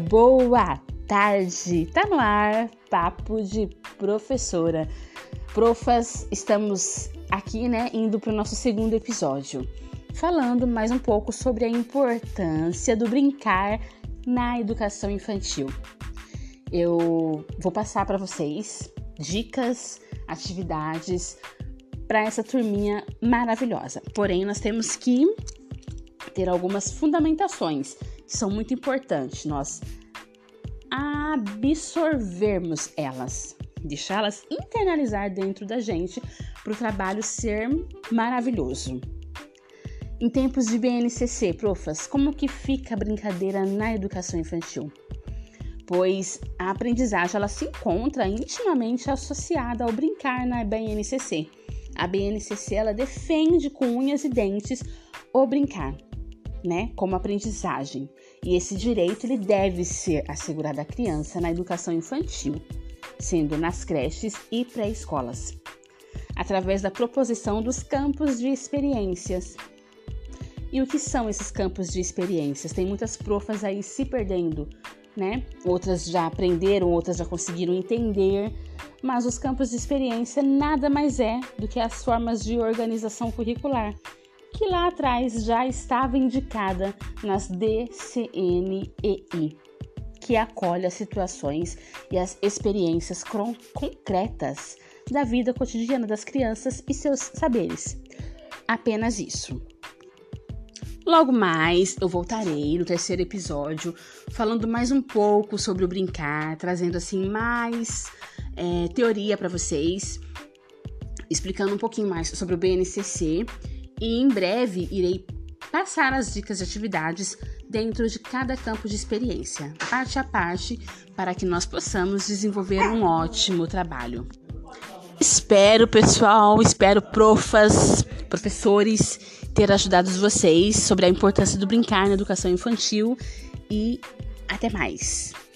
Boa tarde! Tá no ar, Papo de Professora. Profas, estamos aqui, indo para o nosso segundo episódio, falando mais um pouco sobre a importância do brincar na educação infantil. Eu vou passar para vocês dicas, atividades para essa turminha maravilhosa. Porém, nós temos que ter algumas fundamentações que são muito importantes. Nós absorvermos elas, deixá-las internalizar dentro da gente para o trabalho ser maravilhoso. Em tempos de BNCC, profas, como que fica a brincadeira na educação infantil? Pois a aprendizagem ela se encontra intimamente associada ao brincar na BNCC. A BNCC ela defende com unhas e dentes o brincar, como aprendizagem. E esse direito ele deve ser assegurado à criança na educação infantil, sendo nas creches e pré-escolas, através da proposição dos campos de experiências. E o que são esses campos de experiências? Tem muitas profas aí se perdendo, Outras já aprenderam, outras já conseguiram entender, mas os campos de experiência nada mais é do que as formas de organização curricular, que lá atrás já estava indicada nas DCNEI, que acolhe as situações e as experiências concretas da vida cotidiana das crianças e seus saberes. Apenas isso. Logo mais, eu voltarei no terceiro episódio, falando mais um pouco sobre o brincar, trazendo mais teoria para vocês, explicando um pouquinho mais sobre o BNCC e em breve irei passar as dicas de atividades dentro de cada campo de experiência, parte a parte, para que nós possamos desenvolver um ótimo trabalho. Espero, pessoal, professores, ter ajudado vocês sobre a importância do brincar na educação infantil e até mais.